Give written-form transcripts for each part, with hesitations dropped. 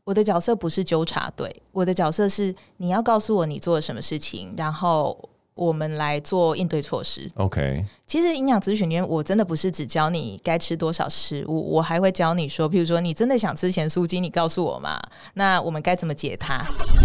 我的角色不是纠察队，我的角色是你要告诉我你做了什么事情，然后我们来做应对措施。 OK， 其实营养咨询里面我真的不是只教你该吃多少食物，我还会教你说，譬如说你真的想吃咸酥鸡，你告诉我嘛，那我们该怎么解它。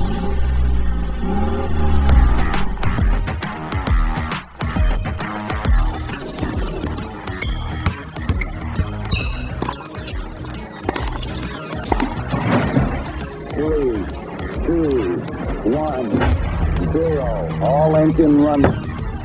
3, 2, 1, 0. All engine running.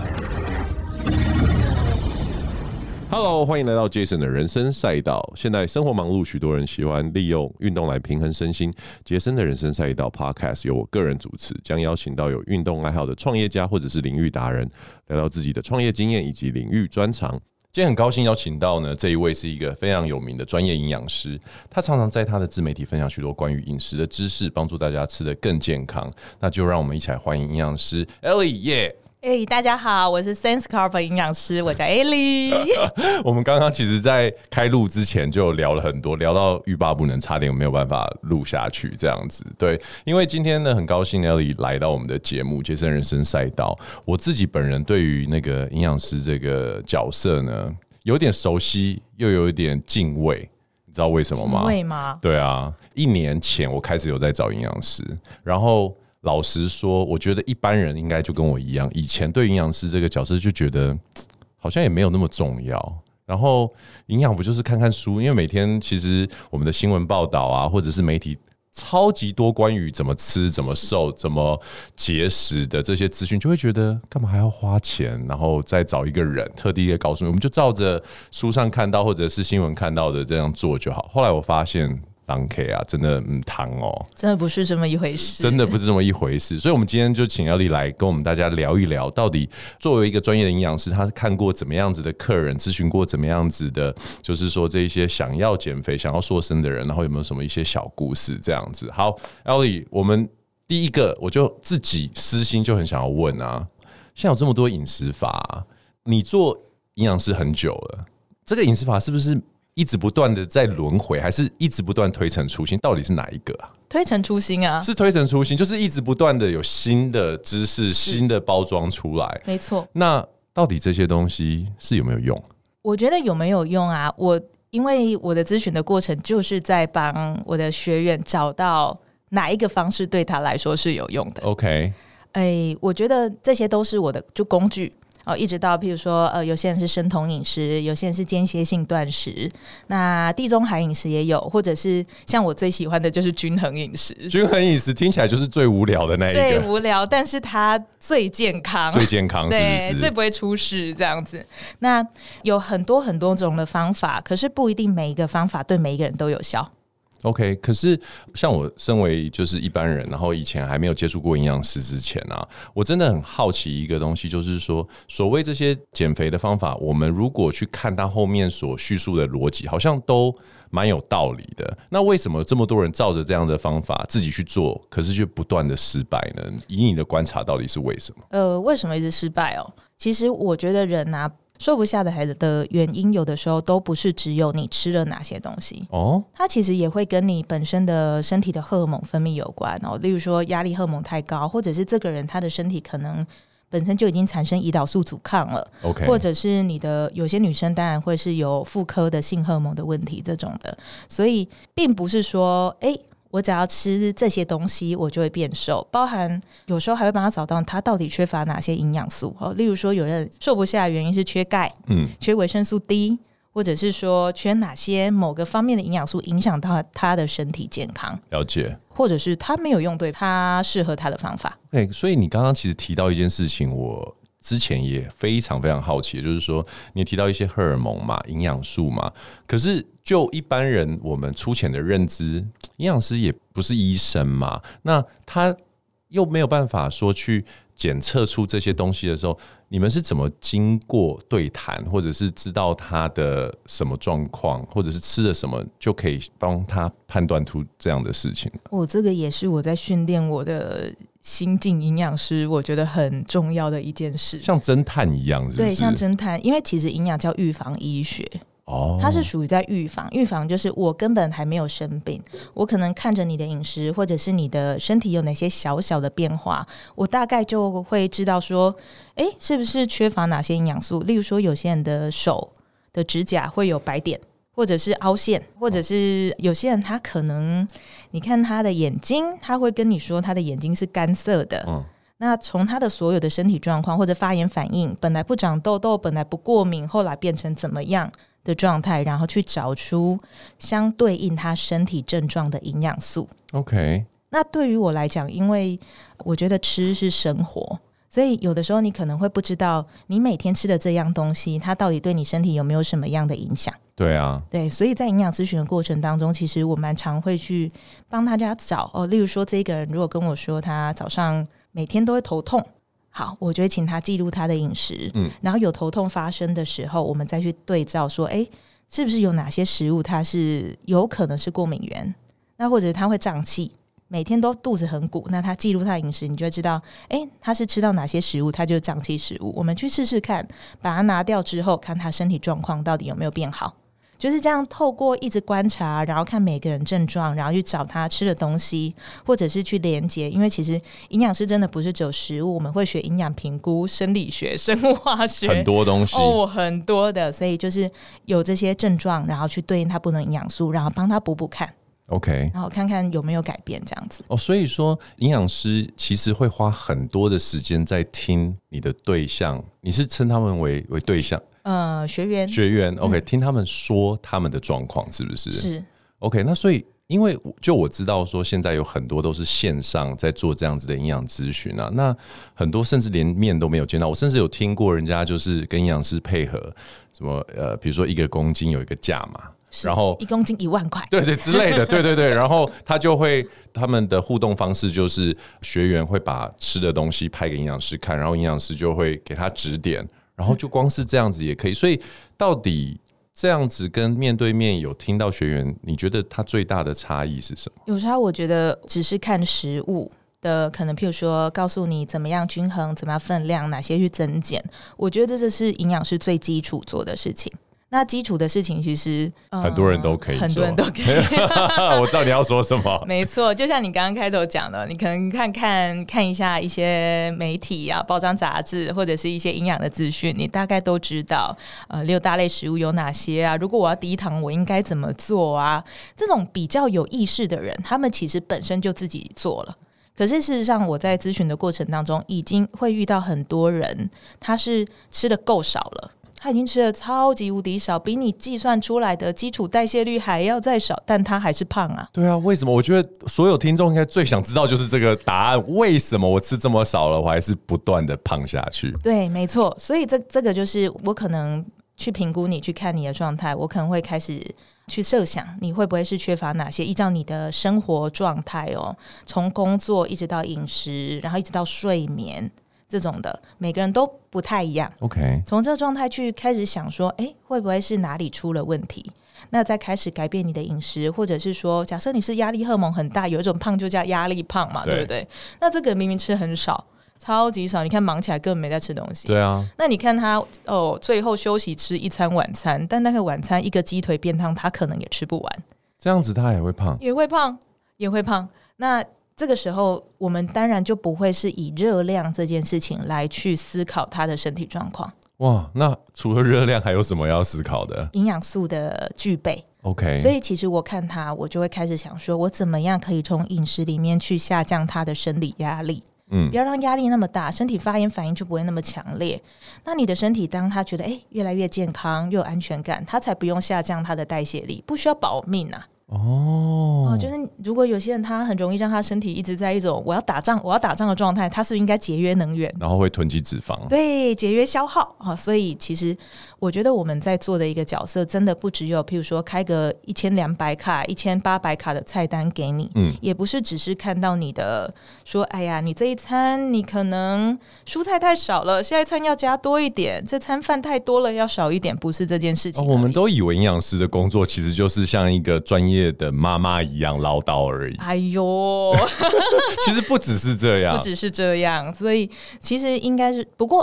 Hello， 欢迎来到 Jason 的人生赛道。现在生活忙碌，许多人喜欢利用运动来平衡身心。杰森的人生赛道 Podcast 由我个人主持，将邀请到有运动爱好的创业家或者是领域达人，聊聊自己的创业经验以及领域专长。今天很高兴邀请到呢，这一位是一个非常有名的专业营养师，他常常在他的自媒体分享许多关于饮食的知识，帮助大家吃得更健康。那就让我们一起来欢迎营养师 Ellie 耶。 大家好，我是 Sense Carb 营养师，我叫 Ellie 我们刚刚其实在开录之前就聊了很多，聊到欲罢不能，差点没有办法录下去这样子。对，因为今天呢很高兴 Ellie 来到我们的节目杰森人生赛道。我自己本人对于那个营养师这个角色呢有点熟悉，又有一点敬畏。你知道为什么吗？ 敬畏吗？ 对啊，1年前我开始有在找营养师，然后老实说，我觉得一般人应该就跟我一样，以前对营养师这个角色就觉得好像也没有那么重要。然后营养不就是看看书？因为每天其实我们的新闻报道啊，或者是媒体超级多关于怎么吃、怎么瘦、怎么节食的这些资讯，就会觉得干嘛还要花钱，然后再找一个人特地告诉你，我们就照着书上看到或者是新闻看到的这样做就好。后来我发现当 K 啊，真的糖哦， 真的不是这么一回事， 真的不是这么一回事。所以，我们今天就请Ellie来跟我们大家聊一聊，到底作为一个专业的营养师，他看过怎么样子的客人，咨询过怎么样子的，就是说这一些想要减肥、想要瘦身的人，然后有没有什么一些小故事这样子。好 ，Ellie， 我们第一个，我就自己私心就很想要问啊，现在有这么多饮食法，你做营养师很久了，这个饮食法是不是一直不断的在轮回，还是一直不断推陈出新？到底是哪一个啊？ 推陈出新啊， 是推陈出新，就是一直不断的有新的知识、新的包装出来。 没错。 那到底这些东西是有没有用？ 我觉得有没有用啊？因为我的咨询的过程就是在帮我的学员找到哪一个方式对他来说是有用的。 OK， 我觉得这些都是我的就工具。一直到譬如说有些人是生酮饮食，有些人是间歇性断食，那地中海饮食也有，或者是像我最喜欢的就是均衡饮食。 均衡饮食听起来就是最无聊的那一个， 最无聊，但是它最健康， 最健康，是不是？ 对，最不会出事这样子。那有很多很多种的方法，可是不一定每一个方法对每一个人都有效。 OK， 可是像我身为就是一般人，然后以前还没有接触过营养师之前啊，我真的很好奇一个东西，就是说所谓这些减肥的方法，我们如果去看它后面所叙述的逻辑，好像都蛮有道理的。那为什么这么多人照着这样的方法自己去做，可是却不断的失败呢？以你的观察，到底是为什么？ 为什么一直失败哦？其实我觉得人啊，瘦不下的孩子的原因，有的时候都不是只有你吃了哪些东西哦，它其实也会跟你本身的身体的荷尔蒙分泌有关哦。例如说压力荷尔蒙太高，或者是这个人他的身体可能本身就已经产生胰岛素阻抗了， okay， 或者是你的有些女生当然会是有妇科的性荷尔蒙的问题这种的，所以并不是说我只要吃这些东西我就会变瘦，包含有时候还会帮他找到他到底缺乏哪些营养素。例如说有人瘦不下的原因是缺钙，缺维生素 D， 或者是说缺哪些某个方面的营养素影响到他的身体健康， 了解， 或者是他没有用对他适合他的方法。 所以你刚刚其实提到一件事情，我之前也非常非常好奇，就是说你也提到一些荷尔蒙嘛、营养素嘛，可是就一般人我们粗浅的认知，营养师也不是医生嘛，那他又没有办法说去检测出这些东西的时候，你们是怎么经过对谈，或者是知道他的什么状况，或者是吃了什么就可以帮他判断出这样的事情？ 这个也是我在训练我的新进营养师我觉得很重要的一件事， 像侦探一样是不是？ 对，像侦探，因为其实营养叫预防医学它是属于在预防。预防就是我根本还没有生病，我可能看着你的饮食或者是你的身体有哪些小小的变化，我大概就会知道说是不是缺乏哪些营养素。例如说有些人的手的指甲会有白点或者是凹陷，或者是有些人他可能你看他的眼睛，他会跟你说他的眼睛是干涩的，那从他的所有的身体状况或者发炎反应，本来不长痘痘，本来不过敏，后来变成怎么样的状态，然后去找出相对应他身体症状的营养素。 OK， 那对于我来讲，因为我觉得吃是生活，所以有的时候你可能会不知道你每天吃的这样东西它到底对你身体有没有什么样的影响。 对啊， 对，所以在营养咨询的过程当中，其实我蛮常会去帮大家找例如说这个人如果跟我说他早上每天都会头痛，好，我就会请他记录他的饮食，然后有头痛发生的时候，我们再去对照说是不是有哪些食物它是有可能是过敏源，那或者他会胀气，每天都肚子很鼓，那他记录他的饮食，你就会知道他是吃到哪些食物他就是胀气食物，我们去试试看，把它拿掉之后看他身体状况到底有没有变好。就是这样透过一直观察，然后看每个人症状，然后去找他吃的东西，或者是去连结。因为其实营养师真的不是只有食物，我们会学营养评估、生理学、生物化学， 很多东西很多的。所以就是有这些症状，然后去对应他不能营养素，然后帮他补补看。 OK， 然后看看有没有改变这样子。 所以说营养师其实会花很多的时间在听你的对象，你是称他们为对象？ 学员 OK， 听他们说他们的状况是不是？ 是 OK， 那所以因为就我知道说现在有很多都是线上在做这样子的营养咨询啊，那很多甚至连面都没有见到，我甚至有听过人家就是跟营养师配合什么比如说1公斤有一个价码，然后 1公斤1万块， 对之类的，对，然后他们的互动方式就是学员会把吃的东西拍给营养师看，然后营养师就会给他指点，然后就光是这样子也可以。所以到底这样子跟面对面有听到学员，你觉得它最大的差异是什么？ 有差，我觉得只是看食物的可能，譬如说告诉你怎么样均衡，怎么样分量，哪些去增减，我觉得这是营养师最基础做的事情。那基础的事情其实很多人都可以做， 很多人都可以我知道你要说什么。 没错，就像你刚刚开头讲的，你可能看一下一些媒体啊、报章杂志，或者是一些营养的资讯，你大概都知道6大类食物有哪些啊，如果我要低糖我应该怎么做啊。这种比较有意识的人，他们其实本身就自己做了。可是事实上我在咨询的过程当中已经会遇到很多人，他是吃的够少了，他已经吃的超级无敌少，比你计算出来的基础代谢率还要再少，但他还是胖啊。 对啊，为什么？我觉得所有听众应该最想知道就是这个答案，为什么我吃这么少了我还是不断的胖下去？ 对，没错。所以这个就是我可能去评估你，去看你的状态，我可能会开始去设想你会不会是缺乏哪些，依照你的生活状态从工作一直到饮食，然后一直到睡眠这种的，每个人都不太一样。 OK， 从这个状态去开始想说会不会是哪里出了问题，那再开始改变你的饮食，或者是说假设你是压力荷尔蒙很大，有一种胖就叫压力胖嘛， 对不对？那这个明明吃很少，超级少，你看忙起来根本没在吃东西。 对啊， 那你看他最后休息吃一餐晚餐，但那个晚餐一个鸡腿便当他可能也吃不完， 这样子他也会胖？ 也会胖。那这个时候我们当然就不会是以热量这件事情来去思考他的身体状况。 哇，那除了热量还有什么要思考的？ 营养素的具备。 OK， 所以其实我看他，我就会开始想说我怎么样可以从饮食里面去下降他的生理压力，不要让压力那么大，身体发炎反应就不会那么强烈。那你的身体当他觉得越来越健康又有安全感，他才不用下降他的代谢力，不需要保命啊。就是如果有些人他很容易让他身体一直在一种我要打仗的状态，他是不是应该节约能源，然后会囤积脂肪？对， 节约消耗所以其实我觉得我们在做的一个角色真的不只有譬如说开个1200卡1800卡的菜单给你，也不是只是看到你的说哎呀你这一餐你可能蔬菜太少了，下一餐要加多一点，这餐饭太多了要少一点，不是这件事情。 我们都以为营养师的工作其实就是像一个专业的妈妈一样唠叨而已。 哎呦其实不只是这样， 所以其实应该是，不过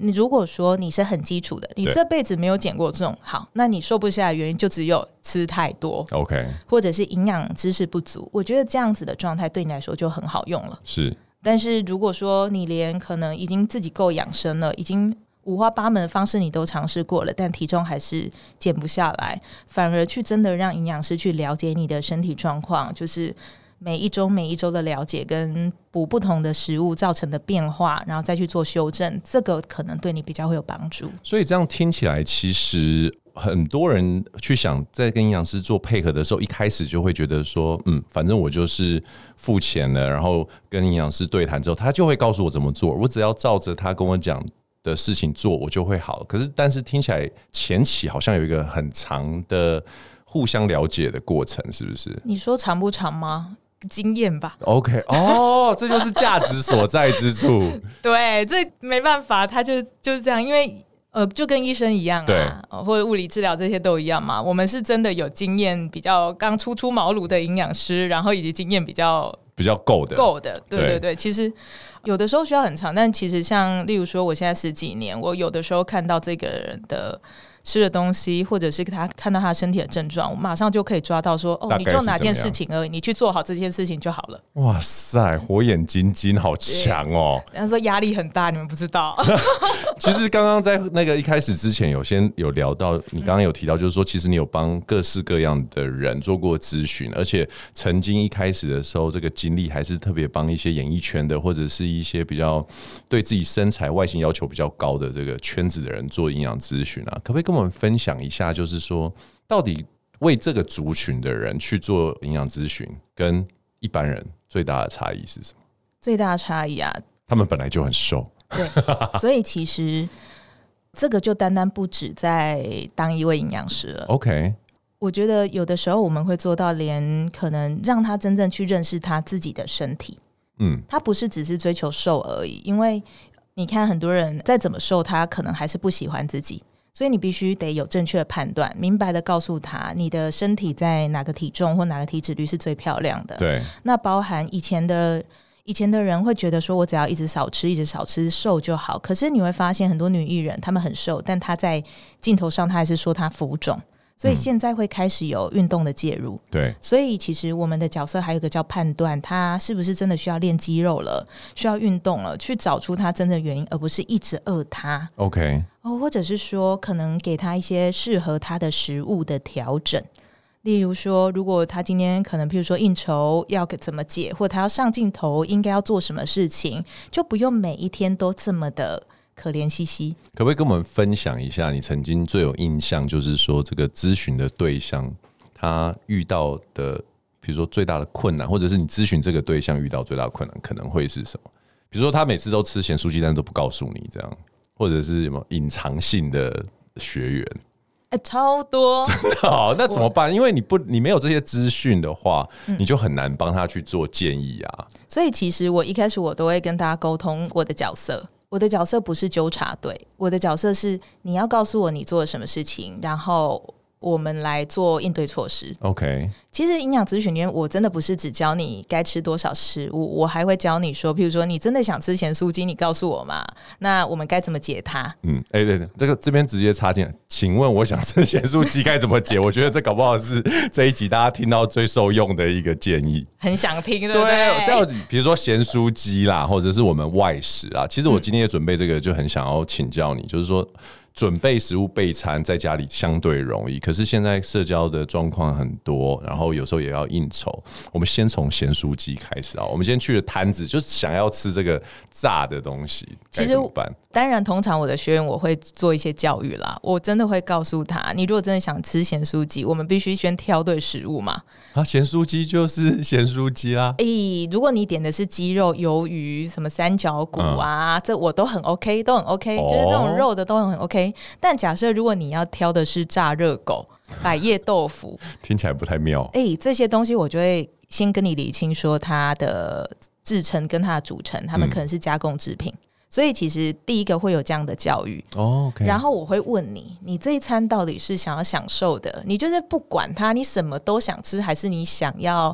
你如果说你是很基础的，你这辈子没有减过重，好，那你瘦不下来的原因就只有吃太多 OK， 或者是营养知识不足，我觉得这样子的状态对你来说就很好用了。 是， 但是如果说你连可能已经自己够养生了，已经五花八门的方式你都尝试过了，但体重还是减不下来，反而去真的让营养师去了解你的身体状况，就是每一周的了解跟补不同的食物造成的变化，然后再去做修正，这个可能对你比较会有帮助。 所以这样听起来，其实很多人去想在跟营养师做配合的时候，一开始就会觉得说，反正我就是付钱了，然后跟营养师对谈之后，他就会告诉我怎么做，我只要照着他跟我讲的事情做，我就会好。但是听起来前期好像有一个很长的互相了解的过程，是不是？ 你说长不长吗？经验吧。 OK， 这就是价值所在之处。 对，这没办法，他就是这样，因为就跟医生一样啊，或者物理治疗这些都一样嘛。我们是真的有经验比较刚初茅庐的营养师，然后以及经验比较够的，对。其实有的时候需要很长，但其实像例如说，我现在10几年，我有的时候看到这个人的吃的东西，或者是他看到他身体的症状，我马上就可以抓到说，你做哪件事情而已，你去做好这件事情就好了。 哇塞，火眼金睛好强哦！ 他说压力很大，你们不知道。 其实刚刚在那个一开始之前有聊到，你刚刚有提到，就是说，其实你有帮各式各样的人做过咨询，而且曾经一开始的时候，这个经历还是特别帮一些演艺圈的，或者是一些比较对自己身材外形要求比较高的这个圈子的人做营养咨询啊，可不可以跟我们分享一下，就是说，到底为这个族群的人去做营养咨询，跟一般人最大的差异是什么？ 最大的差异啊， 他们本来就很瘦， 对，所以其实这个就单单不止在当一位营养师了。 OK， 我觉得有的时候我们会做到，连可能让他真正去认识他自己的身体。他不是只是追求瘦而已，因为你看很多人再怎么瘦，他可能还是不喜欢自己。所以你必须得有正确的判断，明白的告诉他你的身体在哪个体重或哪个体脂率是最漂亮的。 对， 那包含以前的人会觉得说，我只要一直少吃瘦就好。可是你会发现很多女艺人她们很瘦，但她在镜头上她还是说她浮肿。所以现在会开始有运动的介入。 对， 所以其实我们的角色还有一个叫判断，他是不是真的需要练肌肉了，需要运动了，去找出他真的原因，而不是一直饿他。 OK， 或者是说可能给他一些适合他的食物的调整。例如说，如果他今天可能譬如说应酬要怎么解，或者他要上镜头应该要做什么事情，就不用每一天都这么的可怜兮兮。 可不可以跟我们分享一下你曾经最有印象，就是说这个咨询的对象他遇到的比如说最大的困难，或者是你咨询这个对象遇到最大的困难可能会是什么？比如说他每次都吃咸酥鸡，但都不告诉你这样，或者是有没有隐藏性的学员？ 超多。 真的哦，那怎么办？因为你没有这些资讯的话，你就很难帮他去做建议啊。 所以其实我一开始我都会跟大家沟通我的角色。我的角色不是纠察队，我的角色是你要告诉我你做了什么事情，然后我们来做应对措施。 OK， 其实营养咨询里面我真的不是只教你该吃多少食物，我还会教你说，譬如说你真的想吃咸酥鸡，你告诉我嘛，那我们该怎么解它。 对，这边直接插进来，请问我想吃咸酥鸡该怎么解？我觉得这搞不好是这一集大家听到最受用的一个建议。 很想听，对不对？ 到底比如说咸酥鸡啦，或者是我们外食啊，其实我今天也准备这个，就很想要请教你，就是说准备食物备餐在家里相对容易，可是现在社交的状况很多，然后有时候也要应酬。我们先从咸酥鸡开始啊，我们先去了摊子，就是想要吃这个炸的东西，该怎么办？ 当然，通常我的学员我会做一些教育啦，我真的会告诉他，你如果真的想吃咸酥鸡，我们必须先挑对食物嘛。 咸酥鸡就是咸酥鸡啦。 如果你点的是鸡肉、鱿鱼、什么三角骨啊，这我都很 OK， 都很 OK，就是那种肉的都很 OK。但假设如果你要挑的是炸热狗、百叶豆腐， 听起来不太妙。 这些东西我就会先跟你理清说它的制成跟它的组成，他们可能是加工制品。所以其实第一个会有这样的教育 ，okay， 然后我会问你，你这一餐到底是想要享受的，你就是不管它，你什么都想吃，还是你想要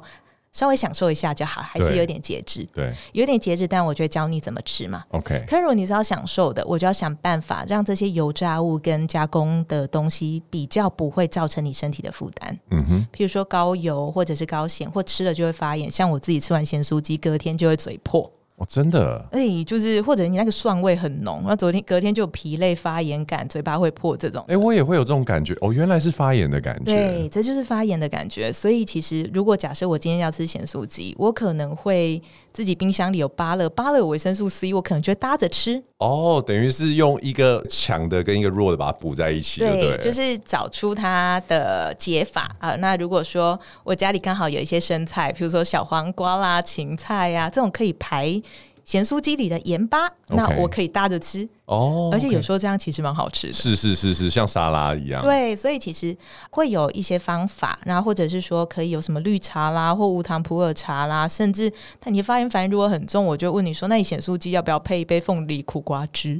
稍微享受一下就好，还是有点节制。 对， 有点节制，但我就会教你怎么吃嘛。 OK， 可如果你是要享受的，我就要想办法让这些油炸物跟加工的东西比较不会造成你身体的负担。譬如说高油或者是高咸，或吃了就会发炎，像我自己吃完咸酥鸡，隔天就会嘴破。 哦，真的？ 就是或者你那个蒜味很浓，那隔天就有疲累、发炎感，嘴巴会破这种。 我也会有这种感觉。哦，原来是发炎的感觉。 对，这就是发炎的感觉。所以其实如果假设我今天要吃咸酥鸡，我可能会自己冰箱里有芭乐有维生素 C， 我可能就会搭着吃。 哦，等于是用一个强的跟一个弱的把它补在一起。对， 就是找出它的解法啊。那如果说我家里刚好有一些生菜，比如说小黄瓜啦、芹菜啊，这种可以排咸酥鸡里的盐巴，那我可以搭着吃。而且有时候这样其实蛮好吃的。是，像沙拉一样。对，所以其实会有一些方法，然后或者是说可以有什么绿茶啦，或无糖普洱茶啦，甚至但你发炎反应如果很重，我就问你说，那你咸酥鸡要不要配一杯凤梨苦瓜汁？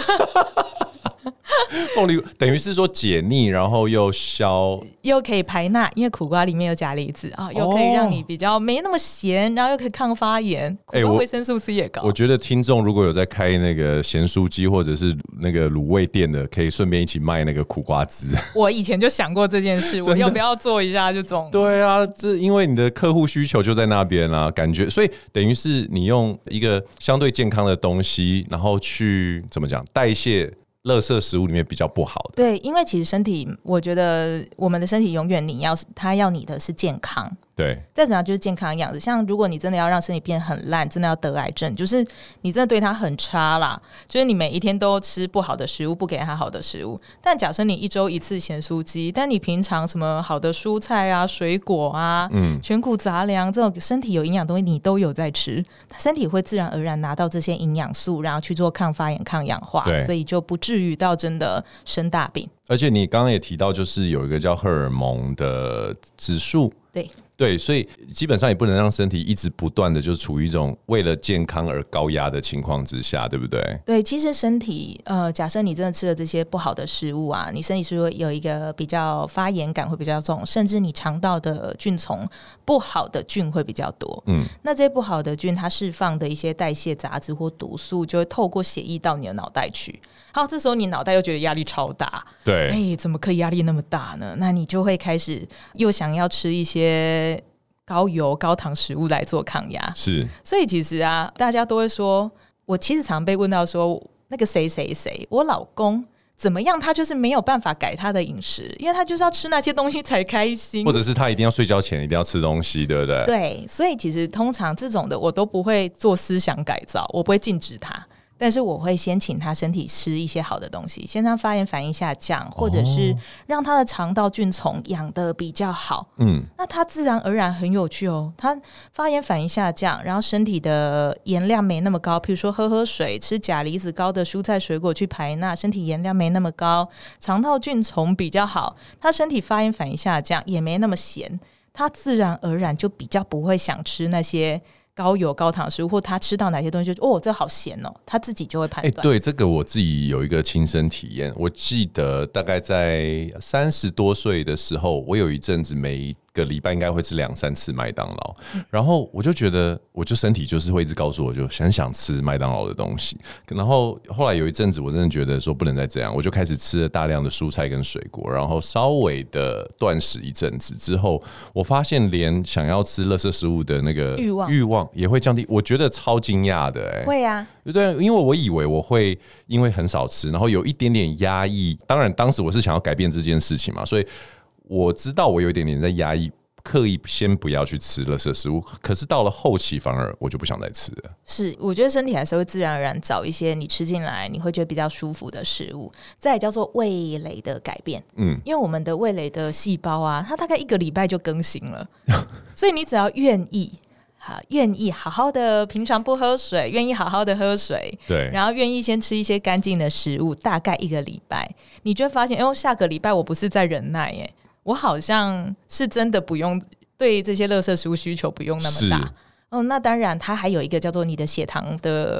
凤梨等于是说解腻，然后又可以排钠，因为苦瓜里面有钾离子啊，又可以让你比较没那么咸，然后又可以抗发炎，苦瓜维生素 C 也高。 我觉得听众如果有在开那个咸酥鸡或者是那个卤味店的，可以顺便一起卖那个苦瓜汁。 我以前就想过这件事，我要不要做一下这种？ 对啊，这因为你的客户需求就在那边啊，感觉所以等于是你用一个相对健康的东西，然后去怎么讲代谢垃圾食物里面比较不好的。 对，因为其实身体，我觉得我们的身体永远它要你的是健康。 对， 再怎么样就是健康的样子。像如果你真的要让身体变很烂，真的要得癌症，就是你真的对它很差啦，就是你每一天都吃不好的食物，不给它好的食物。但假设你一周一次咸酥鸡，但你平常什么好的蔬菜啊、水果啊、全谷杂粮这种身体有营养的东西你都有在吃，身体会自然而然拿到这些营养素，然后去做抗发炎、抗氧化，所以就不至于到真的生大病。 而且你刚刚也提到，就是有一个叫荷尔蒙的指数。对，所以基本上也不能让身体一直不断的就处于一种为了健康而高压的情况之下，对不对？ 对，其实身体假设你真的吃了这些不好的食物啊，你身体是会有一个比较发炎感会比较重，甚至你肠道的菌丛不好的菌会比较多。那这些不好的菌它释放的一些代谢杂质或毒素就会透过血液到你的脑袋去。好，这时候你脑袋又觉得压力超大， 对， 怎么可以压力那么大呢？那你就会开始又想要吃一些高油高糖食物来做抗压。 是， 所以其实啊，大家都会说，我其实常被问到说，那个谁谁谁，我老公怎么样，他就是没有办法改他的饮食，因为他就是要吃那些东西才开心， 或者是他一定要睡觉前一定要吃东西，对不对？ 对，所以其实通常这种的我都不会做思想改造，我不会禁止他，但是我会先请他身体吃一些好的东西，先让发炎反应下降，或者是让他的肠道菌丛养得比较好。那他自然而然很有趣哦，他发炎反应下降，然后身体的盐量没那么高，譬如说喝水，吃钾离子高的蔬菜水果去排钠，身体盐量没那么高，肠道菌丛比较好，他身体发炎反应下降，也没那么咸，他自然而然就比较不会想吃那些高油高糖食物，或他吃到哪些东西就这好咸哦，他自己就会判断。 对，这个我自己有一个亲身体验。我记得大概在30多岁的时候，我有一阵子每一个礼拜应该会吃2-3次麦当劳，然后我就觉得我就身体就是会一直告诉我就很想吃麦当劳的东西，然后后来有一阵子我真的觉得说不能再这样，我就开始吃了大量的蔬菜跟水果，然后稍微的断食一阵子之后，我发现连想要吃垃圾食物的那个欲望也会降低，我觉得超惊讶的。 会啊， 对，因为我以为我会因为很少吃，然后有一点点压抑，当然当时我是想要改变这件事情嘛，所以我知道我有一点点在压抑，刻意先不要去吃垃圾食物，可是到了后期反而我就不想再吃了。是， 我觉得身体还是会自然而然找一些你吃进来你会觉得比较舒服的食物。再来叫做味蕾的改变，因为我们的味蕾的细胞啊，它大概1个礼拜就更新了，所以你只要愿意好好的，平常不喝水，愿意好好的喝水， 对， 然后愿意先吃一些干净的食物，大概1个礼拜，你就会发现，下个礼拜我不是在忍耐耶，我好像是真的不用对这些垃圾食物需求不用那么大。那当然，它还有一个叫做你的血糖的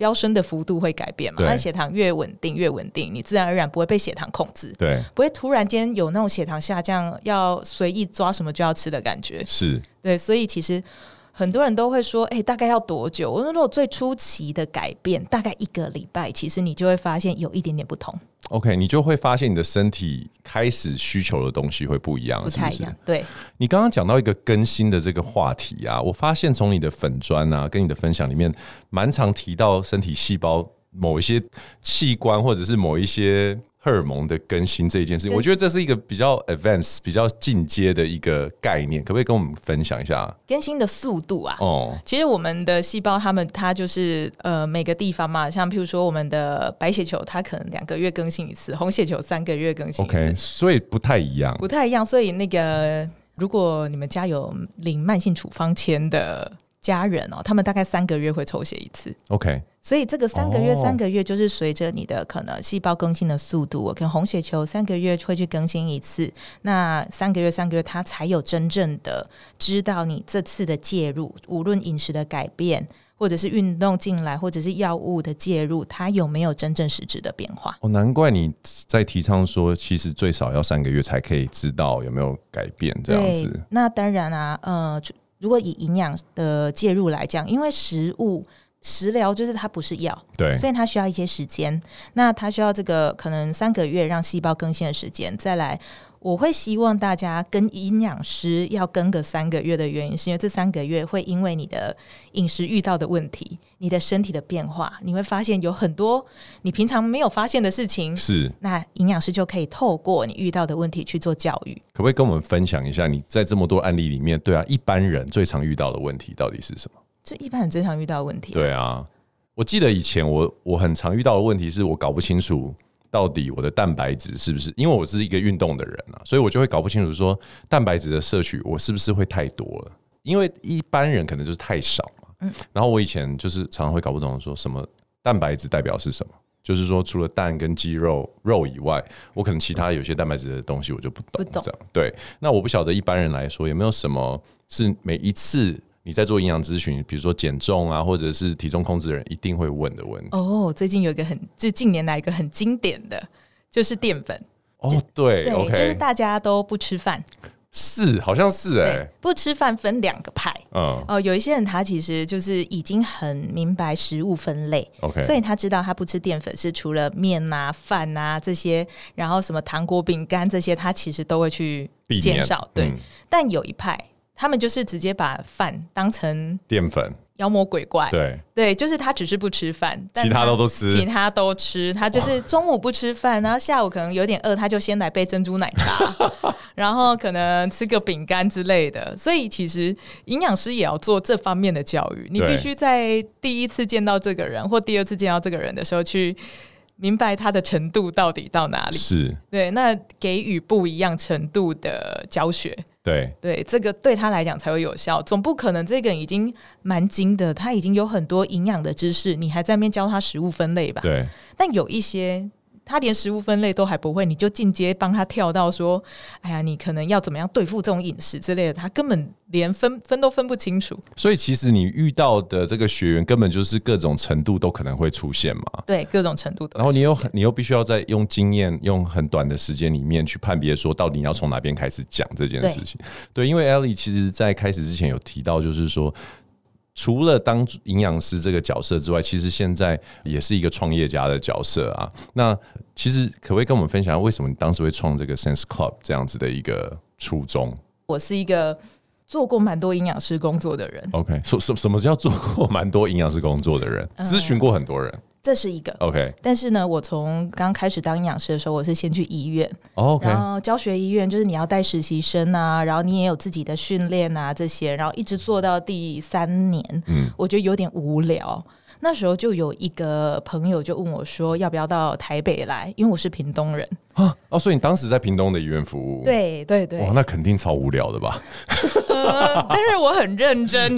飙升的幅度会改变嘛，那血糖越稳定，你自然而然不会被血糖控制， 对， 不会突然间有那种血糖下降要随意抓什么就要吃的感觉， 是， 对，所以其实很多人都会说大概要多久？我说如果最初期的改变大概1个礼拜，其实你就会发现有一点点不同。 OK， 你就会发现你的身体开始需求的东西会不一样， 不太一样。 是不是？ 对， 你刚刚讲到一个更新的这个话题啊，我发现从你的粉专啊跟你的分享里面，蛮常提到身体细胞某一些器官或者是某一些荷尔蒙的更新这一件事情，我觉得这是一个比较 advanced 比较进阶的一个概念，可不可以跟我们分享一下更新的速度啊？其实我们的细胞它就是每个地方嘛，像譬如说我们的白血球它可能2个月更新一次，红血球3个月更新一次。 OK， 所以不太一样， 所以那个如果你们家有领慢性处方签的家人他们大概3个月会抽血一次。 OK， 所以这个3个月就是随着你的可能细胞更新的速度，可能红血球3个月会去更新一次，那3个月它才有真正的知道你这次的介入，无论饮食的改变或者是运动进来或者是药物的介入，它有没有真正实质的变化。 难怪你在提倡说其实最少要3个月才可以知道有没有改变这样子。 那当然啊，如果以营养的介入来讲，因为食疗就是它不是药， 对， 所以它需要一些时间。那它需要这个可能3个月让细胞更新的时间。再来，我会希望大家跟营养师要跟个3个月的原因，是因为这3个月会因为你的饮食遇到的问题，你的身体的变化，你会发现有很多你平常没有发现的事情， 是，那营养师就可以透过你遇到的问题去做教育。 可不可以跟我们分享一下你在这么多案例里面，对啊，一般人最常遇到的问题到底是什么？ 这一般人最常遇到的问题， 对啊，我记得以前我很常遇到的问题是我搞不清楚到底我的蛋白质是不是，因为我是一个运动的人啊，所以我就会搞不清楚说蛋白质的摄取我是不是会太多了，因为一般人可能就是太少嘛。然后我以前就是常常会搞不懂说什么蛋白质代表是什么，就是说除了蛋跟鸡肉以外，我可能其他有些蛋白质的东西我就不懂这样。对，那我不晓得一般人来说有没有什么是每一次你在做营养咨询，比如说减重啊，或者是体重控制的人一定会问的问题。 最近有一个就近年来一个很经典的就是淀粉。 对 ，OK， 就是大家都不吃饭。 是，好像是不吃饭分2个派。有一些人他其实就是已经很明白食物分类， OK， 所以他知道他不吃淀粉是除了面啊、饭啊这些，然后什么糖果、饼干这些，他其实都会去减少。对，但有一派他们就是直接把饭当成淀粉， 妖魔鬼怪。 对， 就是他只是不吃饭，但其他都吃， 他就是中午不吃饭，然后下午可能有点饿，他就先来杯珍珠奶茶然后可能吃个饼干之类的。所以其实营养师也要做这方面的教育，你必须在第一次见到这个人或第2次见到这个人的时候去明白他的程度到底到哪里。 是， 对，那给予不一样程度的教学，对，这个对他来讲才会有效。总不可能这个人已经蛮精的，他已经有很多营养的知识，你还在那边教他食物分类吧？ 对。 但有一些他连食物分类都还不会，你就进阶帮他跳到说，哎呀，你可能要怎么样对付这种饮食之类的，他根本连分都分不清楚。 所以其实你遇到的这个学员根本就是各种程度都可能会出现嘛。 对，各种程度都会出现。 然后你又必须要在用经验，用很短的时间里面去判别说到底你要从哪边开始讲这件事情。对，因为 Ellie 其实在开始之前有提到，就是说除了当营养师这个角色之外，其实现在也是一个创业家的角色啊。那其实可不可以跟我们分享为什么你当时会创这个 Sense Club 这样子的一个初衷？ 我是一个做过蛮多营养师工作的人。 OK， 什么叫做过蛮多营养师工作的人？咨询过很多人。 这是一个 OK， 但是呢，我从刚开始当营养师的时候，我是先去医院 ，OK， 然后教学医院就是你要带实习生啊，然后你也有自己的训练啊这些，然后一直做到第3年，我觉得有点无聊。那时候就有一个朋友就问我说要不要到台北来，因为我是屏东人所以你当时在屏东的医院服务？ 对对对。 哇，那肯定超无聊的吧？ 但是我很认真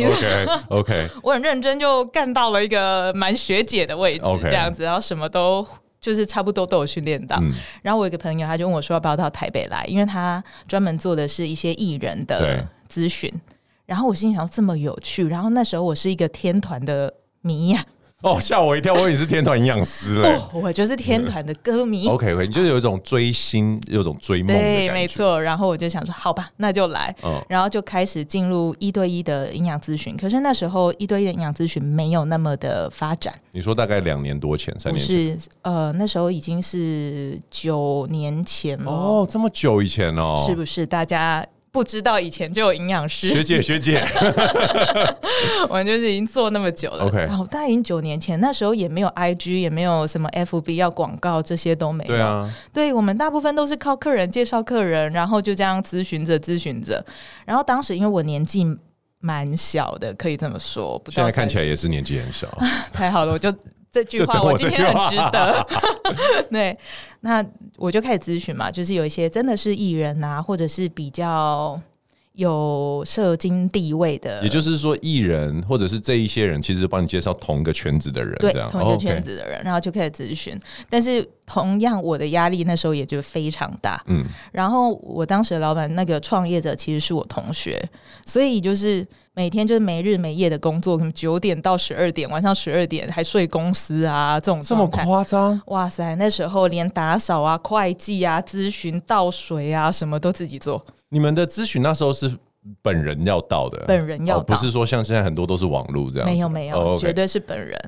OK， 我很认真就干到了一个蛮学姐的位置这样子，然后什么都就是差不多都有训练到。然后我有一个朋友他就问我说要不要到台北来，因为他专门做的是一些艺人的咨询。然后我心想这么有趣，然后那时候我是一个天团的迷呀哦，吓我一跳，我以为你是天团营养师嘞。 我就是天团的歌迷。 OK， 你就是有一种追星，有一种追梦的感觉。 对，没错。然后我就想说，好吧，那就来。然后就开始进入1对1的营养咨询。可是那时候1对1的营养咨询没有那么的发展。 你说大概2年多前、3年前？ 不是，那时候已经是9年前了。 哦，这么久以前哦， 是不是？大家不知道以前就有营养师， 学姐， 我们就是已经做那么久了。 OK， 然后大概已经9年前，那时候也没有 IG， 也没有什么 FB 要广告，这些都没有。 对啊， 对，我们大部分都是靠客人介绍客人，然后就这样咨询着。然后当时因为我年纪蛮小的，可以这么说，不到现在看起来也是年纪很小。 太好了，我就这句话我今天很值得。对，那我就开始咨询嘛，就是有一些真的是艺人啊，或者是比较有社经地位的， 也就是说艺人或者是这一些人其实帮你介绍同一个圈子的人， 对， 这样同一个圈子的人，然后就开始咨询。但是同样我的压力那时候也就非常大，然后我当时的老板那个创业者其实是我同学，所以就是每天就是没日没夜的工作，可能9点到12点，晚上12点还睡公司啊，这种这么夸张？ 哇塞，那时候连打扫啊、会计啊、咨询、倒水啊，什么都自己做。 你们的咨询那时候是本人要到的， 本人要到， 不是说像现在很多都是网络这样子。 没有、 OK 绝对是本人。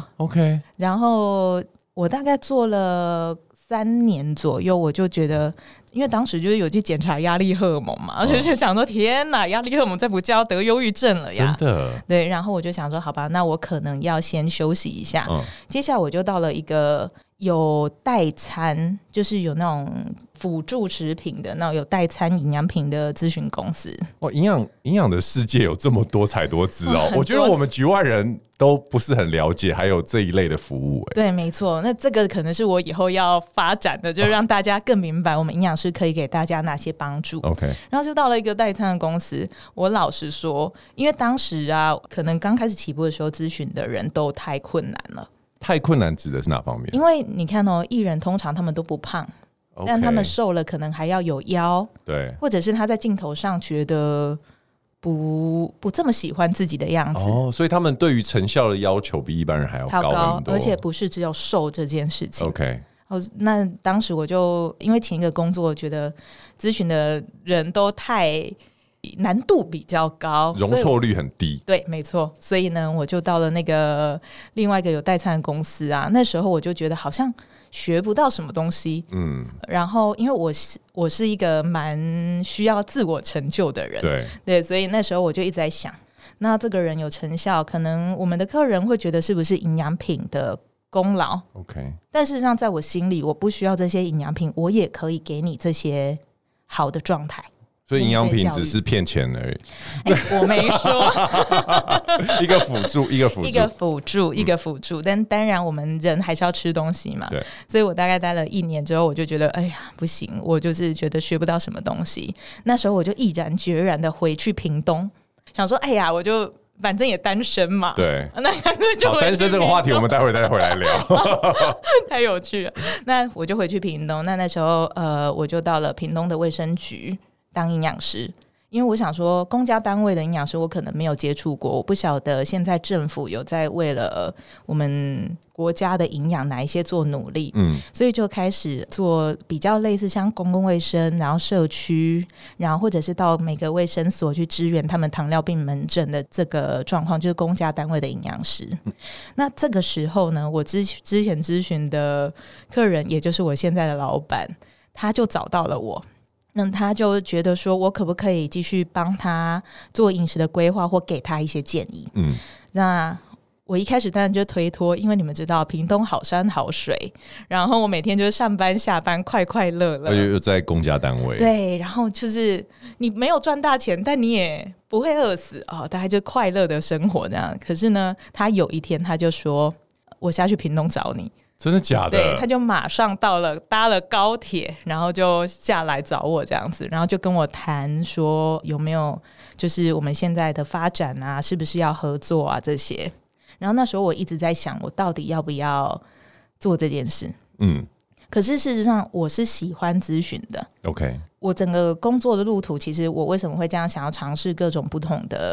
OK， 然后我大概做了3年左右，我就觉得，因为当时就是有去检查压力荷尔蒙嘛，而且就想说，天哪，压力荷尔蒙再不就要得忧郁症了呀？ 真的。 对，然后我就想说，好吧，那我可能要先休息一下。接下来我就到了一个有代餐，就是有那种辅助食品的那种有代餐营养品的咨询公司。 哦，营养的世界有这么多彩多姿哦，我觉得我们局外人都不是很了解，还有这一类的服务。 对，没错，那这个可能是我以后要发展的，就让大家更明白我们营养师可以给大家哪些帮助。 OK， 然后就到了一个代餐的公司，我老实说，因为当时啊，可能刚开始起步的时候，咨询的人都太困难了。 太困难指的是哪方面？ 因为你看哦，艺人通常他们都不胖，但他们瘦了可能还要有腰， 对， 或者是他在镜头上觉得不这么喜欢自己的样子。 哦，所以他们对于成效的要求比一般人还要高很多， 而且不是只有瘦这件事情。 OK， 那当时我就因为前一个工作，觉得咨询的人都太难度比较高， 容错率很低。 对，没错。所以呢，我就到了那个另外一个有代餐的公司啊。那时候我就觉得好像学不到什么东西，然后因为我是一个蛮需要自我成就的人，对，所以那时候我就一直在想，那这个人有成效，可能我们的客人会觉得是不是营养品的功劳 ？OK， 但事实上在我心里，我不需要这些营养品，我也可以给你这些好的状态。 所以营养品只是骗钱而已。 我没说。 一个辅助， 一个辅助。但当然，我们人还是要吃东西嘛。 对。 所以我大概待了1年之后，我就觉得，哎呀，不行，我就是觉得学不到什么东西。那时候我就毅然决然的回去屏东，想说，哎呀，我就反正也单身嘛。 对。 那就单身这个话题，我们待会再回来聊。 太有趣了。那我就回去屏东。那时候，我就到了屏东的卫生局当营养师，因为我想说公家单位的营养师我可能没有接触过，我不晓得现在政府有在为了我们国家的营养哪一些做努力，所以就开始做比较类似像公共卫生，然后社区，然后或者是到每个卫生所去支援他们糖尿病门诊的这个状况，就是公家单位的营养师。那这个时候呢，我之前咨询的客人，也就是我现在的老板，他就找到了我。他就觉得说我可不可以继续帮他做饮食的规划，或给他一些建议。那我一开始当然就推脱，因为你们知道屏东好山好水，然后我每天就是上班下班快快乐乐， 又在公家单位， 对，然后就是你没有赚大钱，但你也不会饿死大概就快乐的生活这样。可是呢，他有一天他就说，我下去屏东找你。 真的假的？ 对，他就马上到了，搭了高铁，然后就下来找我这样子，然后就跟我谈说有没有就是我们现在的发展啊，是不是要合作啊这些。然后那时候我一直在想，我到底要不要做这件事。可是事实上我是喜欢咨询的。 OK， 我整个工作的路途，其实我为什么会这样想要尝试各种不同的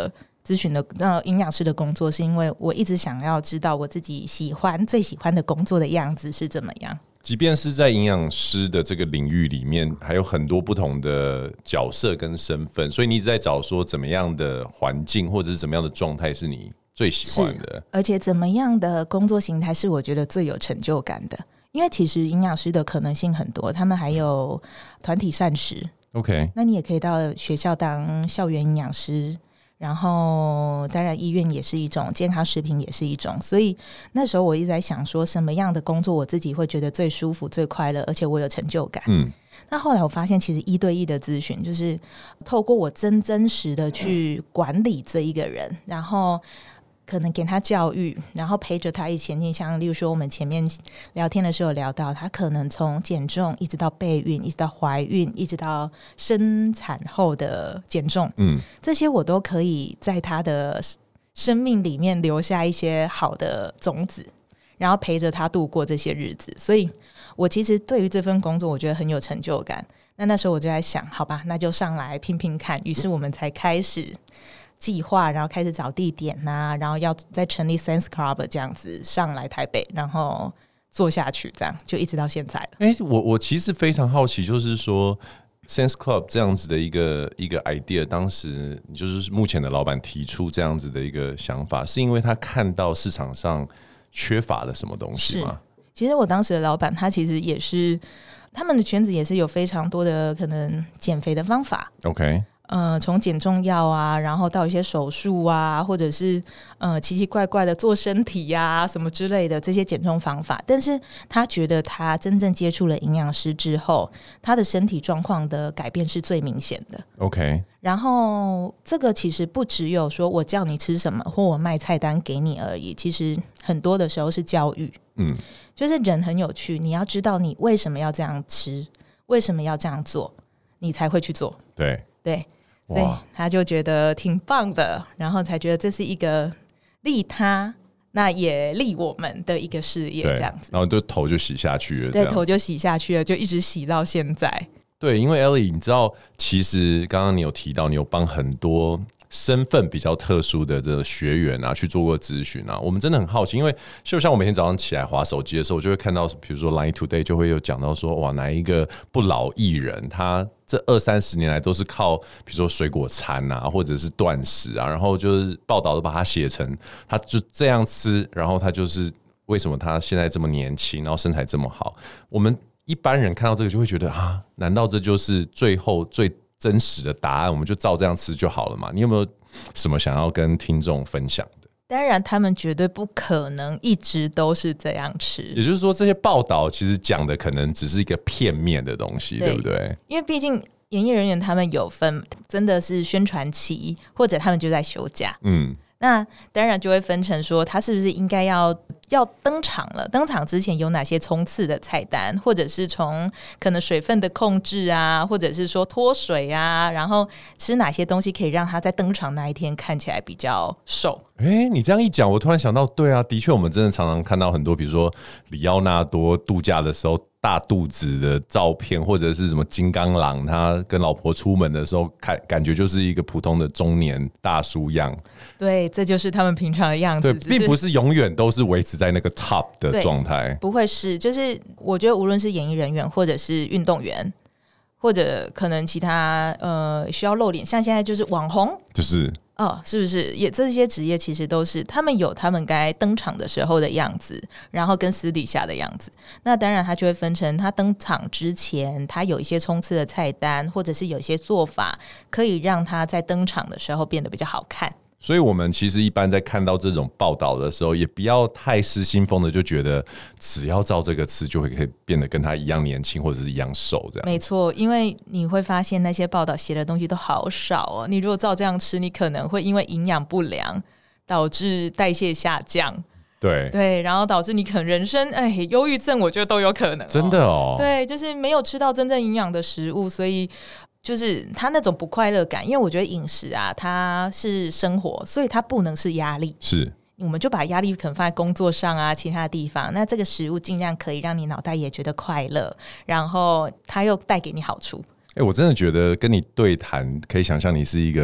咨询的营养师的工作，是因为我一直想要知道我自己最喜欢的工作的样子是怎么样。 即便是在营养师的这个领域里面，还有很多不同的角色跟身份，所以你一直在找说怎么样的环境或者是怎么样的状态是你最喜欢的， 而且怎么样的工作形态是我觉得最有成就感的。因为其实营养师的可能性很多，他们还有团体膳食 OK， 那你也可以到学校当校园营养师，然后当然医院也是一种，健康食品也是一种。所以那时候我一直在想说什么样的工作我自己会觉得最舒服最快乐，而且我有成就感。那后来我发现其实1对1的咨询就是透过我真实的去管理这一个人，然后可能给他教育，然后陪着他一起前进。像例如说我们前面聊天的时候有聊到，他可能从减重一直到备孕，一直到怀孕，一直到生产后的减重，这些我都可以在他的生命里面留下一些好的种子，然后陪着他度过这些日子。所以我其实对于这份工作我觉得很有成就感。那时候我就在想，好吧，那就上来拼拼看。于是我们才开始计划，然后开始找地点啊，然后要再成立 Sense Club 这样子上来台北，然后做下去，这样就一直到现在了。 我其实非常好奇，就是说 Sense Club 这样子的一个 idea， 当时就是目前的老板提出这样子的一个想法，是因为他看到市场上缺乏了什么东西吗？ 其实我当时的老板他其实也是，他们的圈子也是有非常多的可能减肥的方法。 OK。 从减重药啊，然后到一些手术啊，或者是奇奇怪怪的做身体啊什么之类的这些减重方法，但是他觉得他真正接触了营养师之后，他的身体状况的改变是最明显的。 OK， 然后这个其实不只有说我叫你吃什么或我卖菜单给你而已，其实很多的时候是教育。就是人很有趣，你要知道你为什么要这样吃，为什么要这样做，你才会去做。 对， 所以他就觉得挺棒的，然后才觉得这是一个利他，那也利我们的一个事业，这样子。 然后就头就洗下去了， 对，头就洗下去了，就一直洗到现在。 对，因为 Ellie， 你知道，其实刚刚你有提到，你有帮很多身份比较特殊的这个学员啊去做过咨询啊，我们真的很好奇，因为就像我每天早上起来滑手机的时候，我就会看到，比如说 Line Today 就会有讲到说，哇，哪一个不老艺人，他这20-30年来都是靠比如说水果餐啊，或者是断食啊，然后就是报道都把它写成他就这样吃，然后他就是为什么他现在这么年轻，然后身材这么好，我们一般人看到这个就会觉得啊，难道这就是最后最真实的答案？我们就照这样吃就好了嘛？你有没有什么想要跟听众分享的？ 当然，他们绝对不可能一直都是这样吃。 也就是说，这些报道其实讲的可能只是一个片面的东西， 对不对？ 因为毕竟演艺人员他们有分，真的是宣传期，或者他们就在休假。那当然就会分成说，他是不是应该要登场了？登场之前有哪些冲刺的菜单，或者是从可能水分的控制啊，或者是说脱水啊，然后吃哪些东西可以让他在登场那一天看起来比较瘦？ 你这样一讲，我突然想到，对啊，的确，我们真的常常看到很多，比如说里奥纳多度假的时候大肚子的照片，或者是什么金刚狼他跟老婆出门的时候，感觉就是一个普通的中年大叔样。 对，这就是他们平常的样子。 对，并不是永远都是维持在那个 top 的状态。 不会是，就是我觉得无论是演艺人员，或者是运动员，或者可能其他需要露脸，像现在就是网红， 就是是不是也这些职业其实都是他们有他们该登场的时候的样子，然后跟私底下的样子。那当然他就会分成他登场之前他有一些冲刺的菜单，或者是有一些做法可以让他在登场的时候变得比较好看。 所以我们其实一般在看到这种报道的时候，也不要太失心疯的就觉得只要照这个吃就会可以变得跟他一样年轻或者是一样瘦这样。 没错，因为你会发现那些报道写的东西都好少哦。你如果照这样吃，你可能会因为营养不良导致代谢下降。 对， 然后导致你可能人生忧郁症，我觉得都有可能。 真的哦。 对，就是没有吃到真正营养的食物，所以就是他那种不快乐感。因为我觉得饮食啊，它是生活，所以它不能是压力。 是， 我们就把压力可能放在工作上啊，其他的地方。那这个食物尽量可以让你脑袋也觉得快乐，然后它又带给你好处。 我真的觉得跟你对谈，可以想象你是一个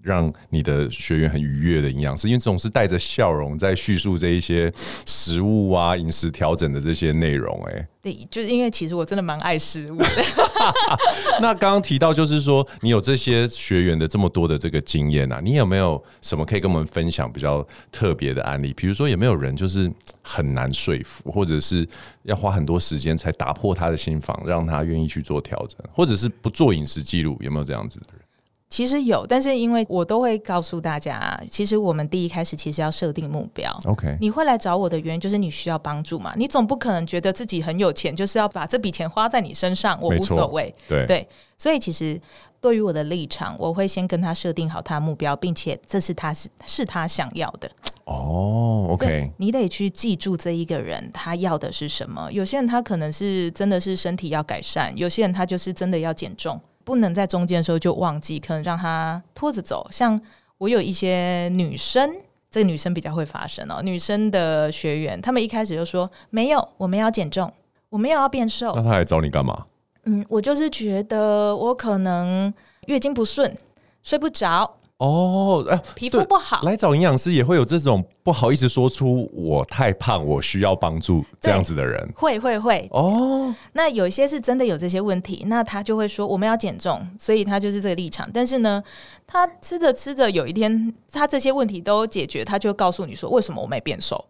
让你的学员很愉悦的营养师，因为总是带着笑容在叙述这一些食物啊、饮食调整的这些内容。 对，就是因为其实我真的蛮爱食物的。 那刚刚提到就是说，你有这些学员的这么多的这个经验啊，你有没有什么可以跟我们分享比较特别的案例？比如说有没有人就是很难说服，或者是要花很多时间才打破他的心防，让他愿意去做调整，或者是不做饮食记录，有没有这样子的人？ 其实有，但是因为我都会告诉大家，其实我们第一开始其实要设定目标。 OK， 你会来找我的原因就是你需要帮助嘛，你总不可能觉得自己很有钱，就是要把这笔钱花在你身上，我无所谓。对，所以其实对于我的立场，我会先跟他设定好他的目标，并且这是他想要的。 OK， 你得去记住这一个人他要的是什么。有些人他可能是真的是身体要改善，有些人他就是真的要减重。不能在中间的时候就忘记，可能让他拖着走。像我有一些女生，这个女生比较会发生女生的学员，他们一开始就说没有，我们要减重，我们要变瘦。 那他来找你干嘛？ 我就是觉得我可能月经不顺，睡不着。皮肤不好， 来找营养师也会有这种不好意思说出我太胖，我需要帮助这样子的人。 会那有一些是真的有这些问题，那他就会说我们要减重，所以他就是这个立场。但是呢，他吃着吃着，有一天他这些问题都解决，他就告诉你说为什么我没变瘦。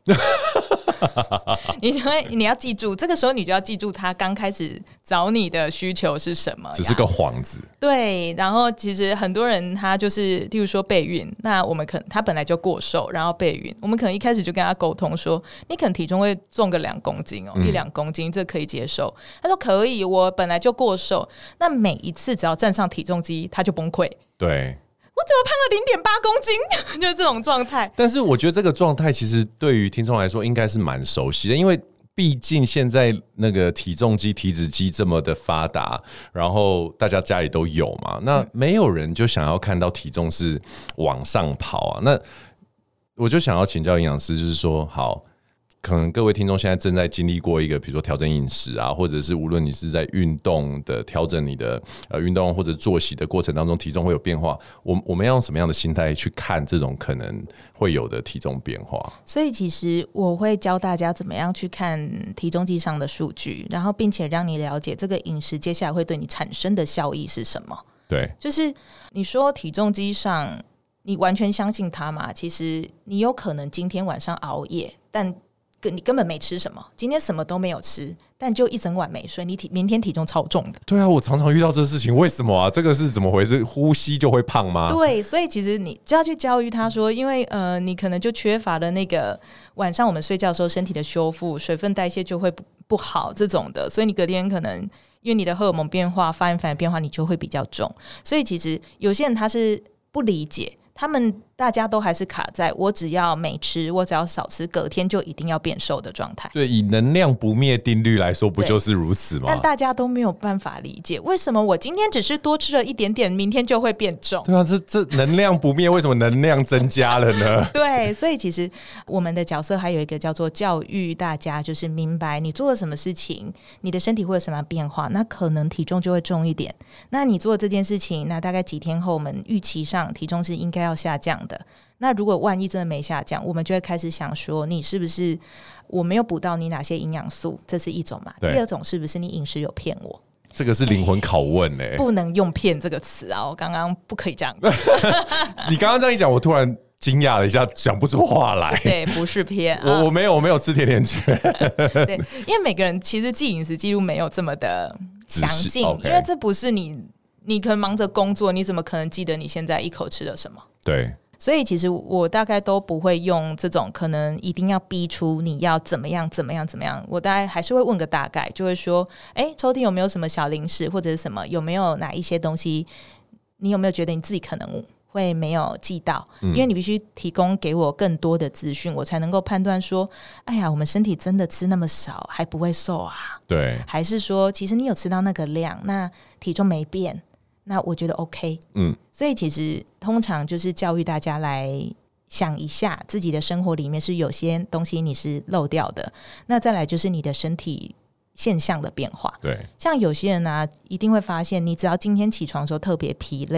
你要记住，这个时候你就要记住他刚开始找你的需求是什么， 只是个幌子。 对，然后其实很多人他就是，例如说备孕，那我们可能他本来就过瘦，然后备孕，我们可能一开始就跟他沟通说，你可能体重会重个2公斤1-2公斤，这可以接受。他说可以，我本来就过瘦。那每一次只要站上体重机，他就崩溃。 对。 我怎么胖了0.8公斤？就是这种状态。 但是我觉得这个状态其实对于听众来说应该是蛮熟悉的，因为毕竟现在那个体重机、体脂机这么的发达，然后大家家里都有嘛，那没有人就想要看到体重是往上跑啊。那我就想要请教营养师，就是说，好。可能各位听众现在正在经历过一个，比如说调整饮食啊，或者是无论你是在运动的调整你的运动或者作息的过程当中，体重会有变化。我们要用什么样的心态去看这种可能会有的体重变化？ 所以其实我会教大家怎么样去看体重机上的数据，然后并且让你了解这个饮食接下来会对你产生的效益是什么。 对， 就是你说体重机上，你完全相信它吗？其实你有可能今天晚上熬夜，但你根本没吃什么，今天什么都没有吃，但就一整晚没睡，你明天体重超重的。 对啊，我常常遇到这事情，为什么啊？这个是怎么回事？呼吸就会胖吗？ 对，所以其实你就要去教育他说，因为你可能就缺乏了那个晚上我们睡觉的时候身体的修复，水分代谢就会不好这种的，所以你隔天可能因为你的荷尔蒙变化、发炎反应变化，你就会比较重。所以其实有些人他是不理解。他们大家都还是卡在我只要没吃，我只要少吃，隔天就一定要变瘦的状态。 对，以能量不灭定律来说，不就是如此吗？ 但大家都没有办法理解，为什么我今天只是多吃了一点点，明天就会变重？ 对啊，这能量不灭，为什么能量增加了呢？ 对，所以其实我们的角色还有一个叫做教育大家，就是明白你做了什么事情，你的身体会有什么变化，那可能体重就会重一点。那你做这件事情，那大概几天后，我们预期上体重是应该要下降的。那如果万一真的没下降，我们就会开始想说，你是不是我没有补到你哪些营养素，这是一种嘛。第二种是不是你饮食有骗我， 这个是灵魂拷问不能用骗这个词啊，我刚刚不可以这样你刚刚这样一讲，我突然惊讶了一下，讲不出话来。 对，不是骗我没有吃甜甜圈对，因为每个人其实记饮食记录没有这么的详尽 ，okay， 因为这不是你可能忙着工作，你怎么可能记得你现在一口吃了什么？ 对， 所以其实我大概都不会用这种可能一定要逼出你要怎么样怎么样怎么样，我大概还是会问个大概，就会说抽屉有没有什么小零食或者是什么，有没有哪一些东西你有没有觉得你自己可能会没有记到，因为你必须提供给我更多的资讯，我才能够判断说，哎呀，我们身体真的吃那么少还不会瘦啊？ 对， 还是说其实你有吃到那个量，那体重没变，那我觉得 OK。所以其实通常就是教育大家来想一下自己的生活里面是有些东西你是漏掉的，那再来就是你的身体现象的变化。 对， 像有些人啊，一定会发现你只要今天起床的时候特别疲累，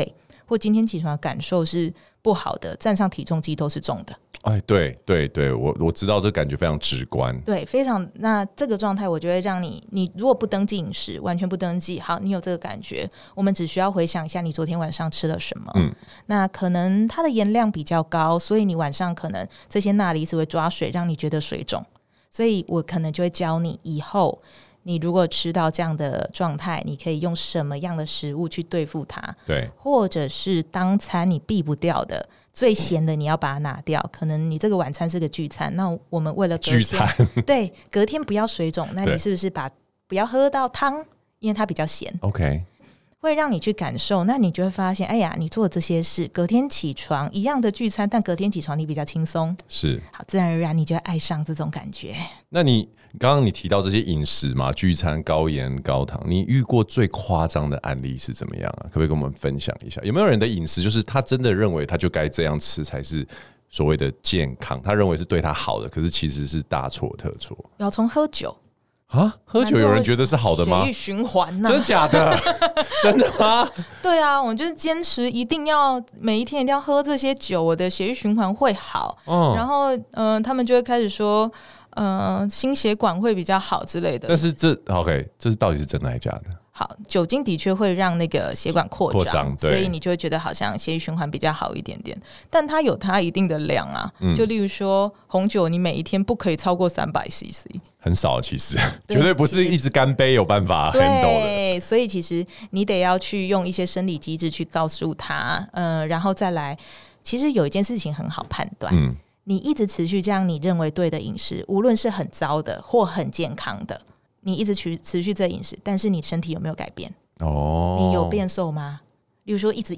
或今天起床的感受是不好的，站上体重机都是重的。 哎，对对对，我知道这感觉非常直观。 对，非常。那这个状态，我就会让你如果不登记饮食，完全不登记，好，你有这个感觉，我们只需要回想一下你昨天晚上吃了什么。那可能它的盐量比较高，所以你晚上可能这些钠离子会抓水，让你觉得水肿。所以我可能就会教你以后。你如果吃到这样的状态，你可以用什么样的食物去对付它？ 对， 或者是当餐你避不掉的最咸的，你要把它拿掉。可能你这个晚餐是个聚餐，那我们为了隔天聚餐对隔天不要水肿，那你是不是不要喝到汤，因为它比较咸 ？OK， 会让你去感受，那你就会发现，哎呀，你做的这些事，隔天起床一样的聚餐，但隔天起床你比较轻松， 是好，自然而然你就会爱上这种感觉。 那你刚刚你提到这些饮食嘛，聚餐高盐高糖，你遇过最夸张的案例是怎么样啊？可不可以跟我们分享一下？有没有人的饮食就是他真的认为他就该这样吃才是所谓的健康，他认为是对他好的，可是其实是大错特错？ 要从喝酒啊，喝酒有人觉得是好的吗？ 血液循环呐， 真假的？真的吗？ 对啊，我就是坚持一定要每一天一定要喝这些酒，我的血液循环会好。然后他们就会开始说，心血管会比较好之类的。 但是这 OK， 这是到底是真的还是假的？ 好，酒精的确会让那个血管扩张， 所以你就会觉得好像血液循环比较好一点点。但它有它一定的量啊，就例如说红酒，你每一天不可以超过300cc，很少，其实绝对不是一直干杯有办法 handle 的。 对，所以其实你得要去用一些生理机制去告诉他，然后再来，其实有一件事情很好判断，你一直持续这样你认为对的饮食，无论是很糟的或很健康的。你一直持续这饮食，但是你身体有没有改变？你有变瘦吗？例如说一直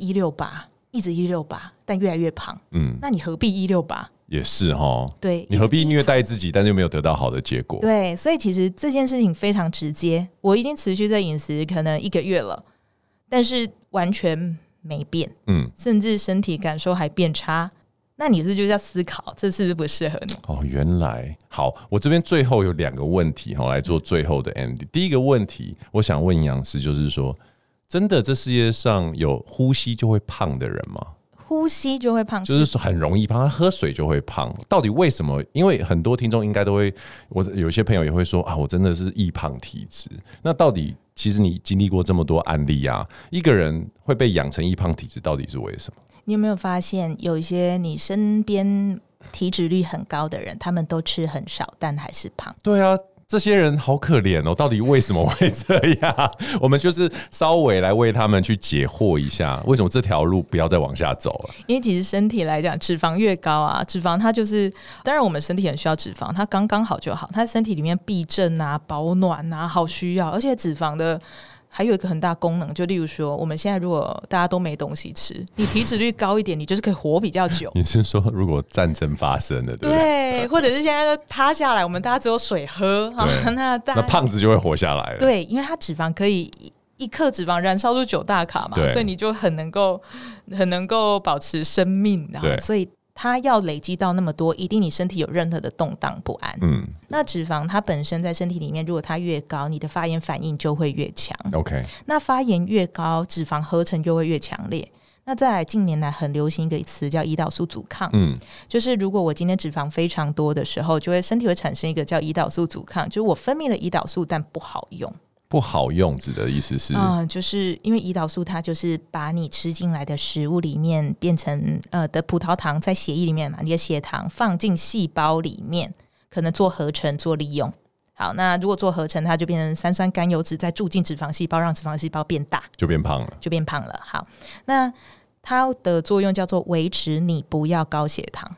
168，但越来越胖，那你何必168？ 也是齁， 对， 你何必虐待自己，但是又没有得到好的结果？ 对，所以其实这件事情非常直接。我已经持续这饮食可能1个月了，但是完全没变，甚至身体感受还变差。那你是就是要思考这是不是不适合你？ 原来好，我这边最后有2个问题来做最后的 ending。第一个问题，我想问营养师，就是说，真的这世界上有呼吸就会胖的人吗？ 呼吸就会胖， 就是说很容易胖，他喝水就会胖。到底为什么？因为很多听众应该都会，我有些朋友也会说啊，我真的是易胖体质。那到底，其实你经历过这么多案例啊，一个人会被养成易胖体质，到底是为什么？ 你有没有发现，有一些你身边体脂率很高的人，他们都吃很少，但还是胖？ 对啊，这些人好可怜哦，到底为什么会这样？我们就是稍微来为他们去解惑一下，为什么这条路不要再往下走了？ 因为其实身体来讲，脂肪越高啊，脂肪它就是，当然我们身体很需要脂肪，它刚刚好就好，它身体里面避震啊、保暖啊，好需要，而且脂肪的。还有一个很大功能，就例如说，我们现在如果大家都没东西吃，你体脂率高一点，你就是可以活比较久。 你是说，如果战争发生了，对不对？ 对，或者是现在就塌下来，我们大家只有水喝，那胖子就会活下来了。 对，因为它脂肪可以1克脂肪燃烧出9大卡嘛，所以你就很能够保持生命，所以。它要累积到那么多，一定你身体有任何的动荡不安。那脂肪它本身在身体里面，如果它越高，你的发炎反应就会越强。 OK， 那发炎越高，脂肪合成就会越强烈。那再来，近年来很流行一个词叫胰岛素阻抗，就是如果我今天脂肪非常多的时候，就会身体会产生一个叫胰岛素阻抗，就是我分泌了胰岛素，但不好用。 不好用指的意思是， 就是因为胰岛素它就是把你吃进来的食物里面变成的葡萄糖在血液里面嘛，你的血糖放进细胞里面，可能做合成做利用。好，那如果做合成，它就变成三酸甘油酯再注进脂肪细胞，让脂肪细胞变大， 就变胖了。 好，那它的作用叫做维持你不要高血糖。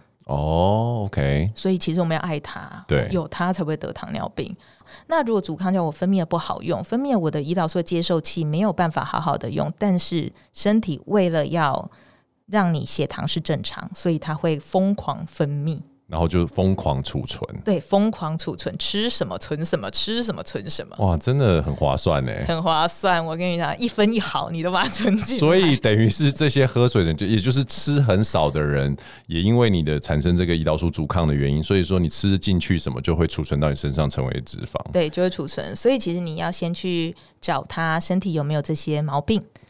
OK， 所以其实我们要爱它， 对， 有它才不会得糖尿病。那如果阻抗叫我分泌的不好用，分泌了我的胰岛素接受器没有办法好好的用，但是身体为了要让你血糖是正常，所以它会疯狂分泌， 然后就疯狂储存。 对，疯狂储存，吃什么存什么，吃什么存什么。 哇，真的很划算耶， 很划算。我跟你讲，1分1毫你都把它存进来。 所以等于是这些喝水的人，也就是吃很少的人，也因为你的产生这个胰岛素阻抗的原因，所以说你吃进去什么就会储存到你身上成为脂肪。 对，就会储存。所以其实你要先去找他身体有没有这些毛病。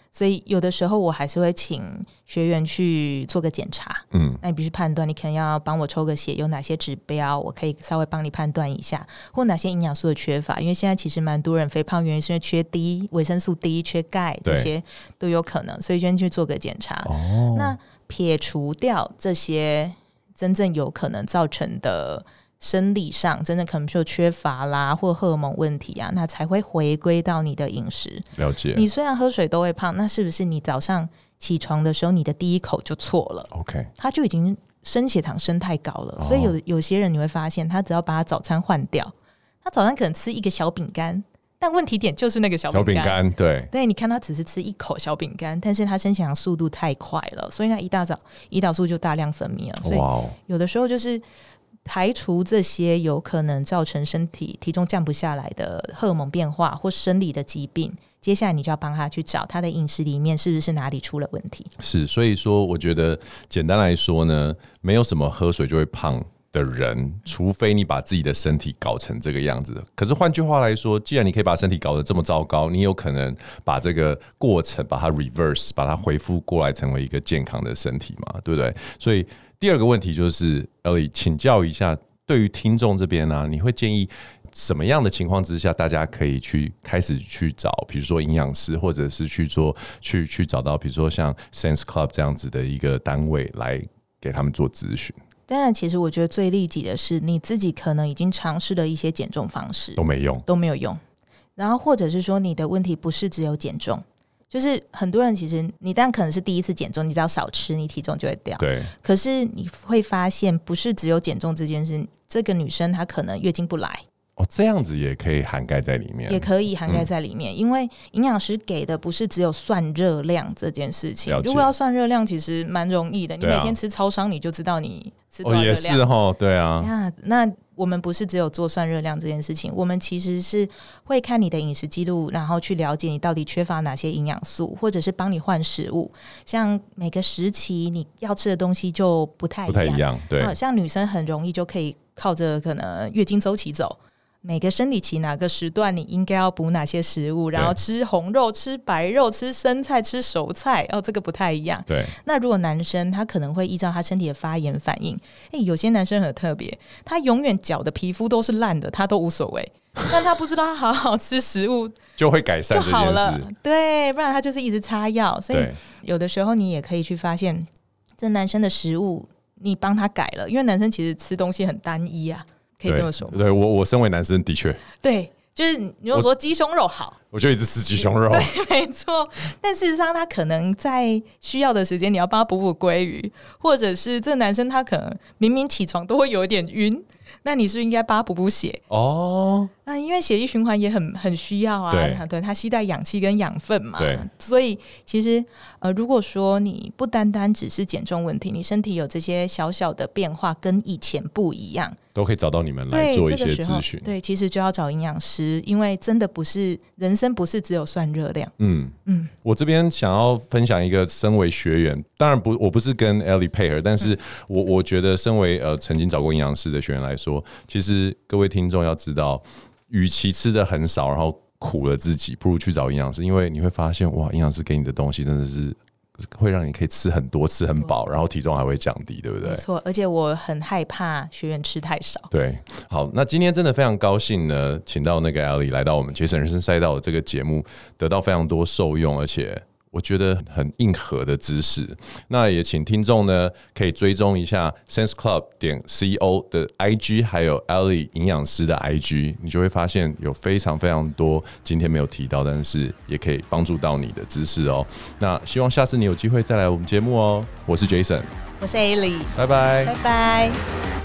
所以有的时候我还是会请学员去做个检查，那你必须判断，你可能要帮我抽个血，有哪些指标我可以稍微帮你判断一下，或哪些营养素的缺乏，因为现在其实蛮多人肥胖原因是因为缺D、维生素 D、缺钙，这些都有可能，所以先去做个检查。那撇除掉这些真正有可能造成的生理上真正可能就缺乏啦或荷尔蒙问题啊，那才会回归到你的饮食。 了解。 你虽然喝水都会胖，那是不是你早上起床的时候你的第一口就错了？ OK， 他就已经升血糖升太高了，所以有些人你会发现他只要把他早餐换掉，他早餐可能吃一个小饼干，但问题点就是那个小饼干，对，你看他只是吃一口小饼干，但是他升血糖速度太快了，所以那一大早胰岛素就大量分泌了，所以有的时候就是排除这些有可能造成身体体重降不下来的荷尔蒙变化或生理的疾病，接下来你就要帮他去找他的饮食里面是不是哪里出了问题。 是，所以说我觉得简单来说呢，没有什么喝水就会胖的人，除非你把自己的身体搞成这个样子。可是换句话来说，既然你可以把身体搞得这么糟糕，你有可能把这个过程把它 reverse， 把它恢复过来，成为一个健康的身体嘛，对不对？所以第二个问题就是 Ellie 请教一下，对于听众这边呢，你会建议什么样的情况之下，大家可以开始去找，比如说营养师，或者是去找到，比如说像 Sense Club 这样子的一个单位来给他们做咨询？ 当然，其实我觉得最利己的是你自己可能已经尝试了一些减重方式，都没有用。然后或者是说你的问题不是只有减重，就是很多人其实你当然可能是第一次减重，你只要少吃，你体重就会掉。对。可是你会发现，不是只有减重这件事，这个女生她可能月经不来。 这样子也可以涵盖在里面， 也可以涵盖在里面，因为营养师给的不是只有算热量这件事情。如果要算热量，其实蛮容易的，你每天吃超商，你就知道你吃多少热量。也是齁，对啊。那我们不是只有做算热量这件事情，我们其实是会看你的饮食记录，然后去了解你到底缺乏哪些营养素，或者是帮你换食物。像每个时期你要吃的东西就不太一样，对。像女生很容易就可以靠着可能月经周期走。每个生理期哪个时段你应该要补哪些食物，然后吃红肉、吃白肉、吃生菜、吃熟菜，这个不太一样。对。那如果男生他可能会依照他身体的发炎反应，有些男生很特别，他永远脚的皮肤都是烂的，他都无所谓，但他不知道他好好吃食物就会改善这件事，就好了。 对，不然他就是一直擦药。所以有的时候你也可以去发现，这男生的食物你帮他改了，因为男生其实吃东西很单一啊。可以这么说吗？对， 我身为男生的确对， 就是你如果说鸡胸肉好， 我就一直吃鸡胸肉， 对，没错。但事实上，他可能在需要的时间，你要帮他补鲑鱼，或者是这男生他可能明明起床都会有一点晕，那你是应该帮他补血哦。那因为血液循环也很需要啊，对，他携带氧气跟养分嘛，对。所以其实如果说你不单单只是减重问题，你身体有这些小小的变化，跟以前不一样， 都可以找到你们来做一些咨询。 对，其实就要找营养师，因为真的不是人生不是只有算热量。 我这边想要分享一个，身为学员，当然我不是跟 Ellie 配合，但是我觉得身为曾经找过营养师的学员来说，其实各位听众要知道，与其吃的很少，然后苦了自己，不如去找营养师，因为你会发现，哇，营养师给你的东西真的是会让你可以吃很多、吃很饱，然后体重还会降低，对不对？ 没错，而且我很害怕学员吃太少。 对，好，那今天真的非常高兴呢，请到那个 Ellie 来到我们杰森人生赛道的这个节目，得到非常多受用，而且我觉得很硬核的知识。那也请听众呢可以追踪一下 senseclub.co 的 IG， 还有 Ellie 营养师的 IG， 你就会发现有非常非常多今天没有提到，但是也可以帮助到你的知识哦。那希望下次你有机会再来我们节目哦。我是 Jason， 我是 Ellie， 拜拜， 拜拜。